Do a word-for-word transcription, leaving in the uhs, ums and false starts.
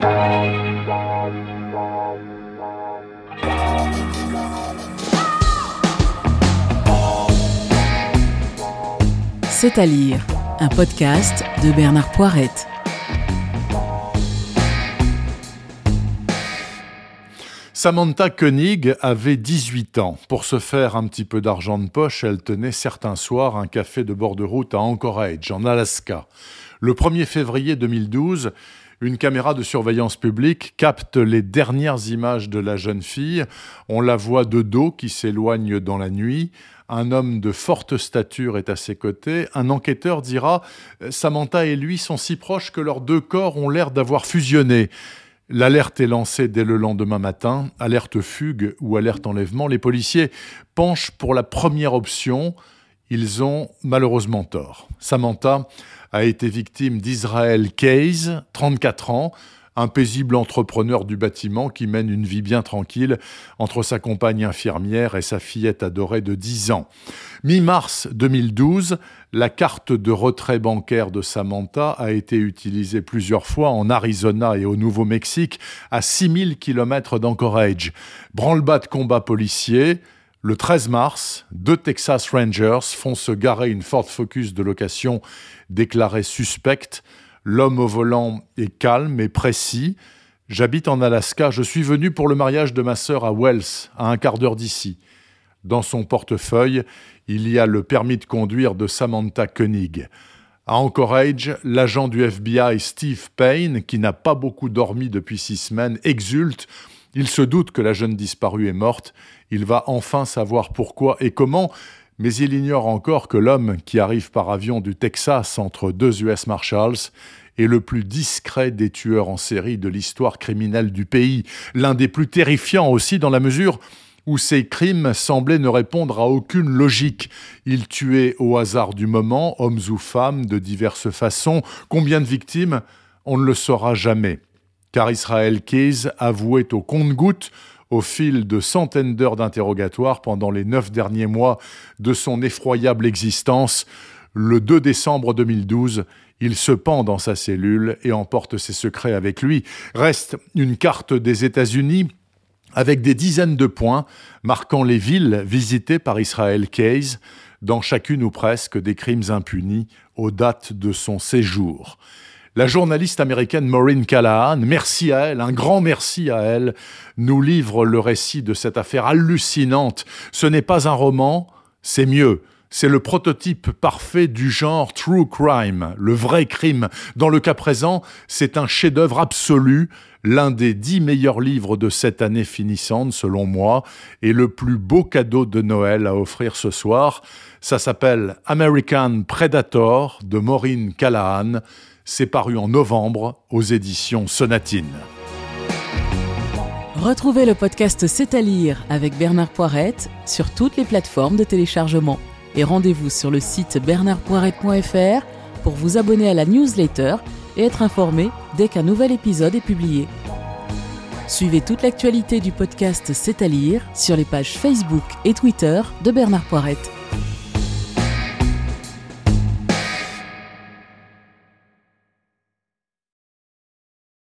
C'est à lire, un podcast de Bernard Poirette. Samantha Koenig avait dix-huit ans. Pour se faire un petit peu d'argent de poche, elle tenait certains soirs un café de bord de route à Anchorage, en Alaska. Le premier février deux mille douze, une caméra de surveillance publique capte les dernières images de la jeune fille. On la voit de dos qui s'éloigne dans la nuit. Un homme de forte stature est à ses côtés. Un enquêteur dira « Samantha et lui sont si proches que leurs deux corps ont l'air d'avoir fusionné ». L'alerte est lancée dès le lendemain matin. Alerte fugue ou alerte enlèvement. Les policiers penchent pour la première option. Ils ont malheureusement tort. Samantha a été victime d'Israel Case, trente-quatre ans, un paisible entrepreneur du bâtiment qui mène une vie bien tranquille entre sa compagne infirmière et sa fillette adorée de dix ans. Mi-mars deux mille douze, la carte de retrait bancaire de Samantha a été utilisée plusieurs fois en Arizona et au Nouveau-Mexique, à six mille kilomètres d'Anchorage. Branle-bas de combat policier. Le treize mars, deux Texas Rangers font se garer une Ford Focus de location déclarée suspecte. L'homme au volant est calme et précis. « J'habite en Alaska, je suis venu pour le mariage de ma sœur à Wells, à un quart d'heure d'ici. » Dans son portefeuille, il y a le permis de conduire de Samantha Koenig. À Anchorage, l'agent du F B I Steve Payne, qui n'a pas beaucoup dormi depuis six semaines, exulte. Il se doute que la jeune disparue est morte. Il va enfin savoir pourquoi et comment, mais il ignore encore que l'homme qui arrive par avion du Texas entre deux U S Marshals est le plus discret des tueurs en série de l'histoire criminelle du pays. L'un des plus terrifiants aussi dans la mesure où ses crimes semblaient ne répondre à aucune logique. Il tuait au hasard du moment, hommes ou femmes, de diverses façons. Combien de victimes ? On ne le saura jamais. Car Israel Case avouait au compte-gouttes, au fil de centaines d'heures d'interrogatoire pendant les neuf derniers mois de son effroyable existence, le deux décembre deux mille douze, il se pend dans sa cellule et emporte ses secrets avec lui. Reste une carte des États-Unis avec des dizaines de points marquant les villes visitées par Israel Case, dans chacune ou presque des crimes impunis aux dates de son séjour. La journaliste américaine Maureen Callahan, merci à elle, un grand merci à elle, nous livre le récit de cette affaire hallucinante. Ce n'est pas un roman, c'est mieux. C'est le prototype parfait du genre true crime, le vrai crime. Dans le cas présent, c'est un chef-d'œuvre absolu, l'un des dix meilleurs livres de cette année finissante, selon moi, et le plus beau cadeau de Noël à offrir ce soir. Ça s'appelle American Predator de Maureen Callahan. C'est paru en novembre aux éditions Sonatine. Retrouvez le podcast C'est à lire avec Bernard Poirette sur toutes les plateformes de téléchargement. Et rendez-vous sur le site bernard poirette point f r pour vous abonner à la newsletter et être informé dès qu'un nouvel épisode est publié. Suivez toute l'actualité du podcast C'est à lire sur les pages Facebook et Twitter de Bernard Poirette.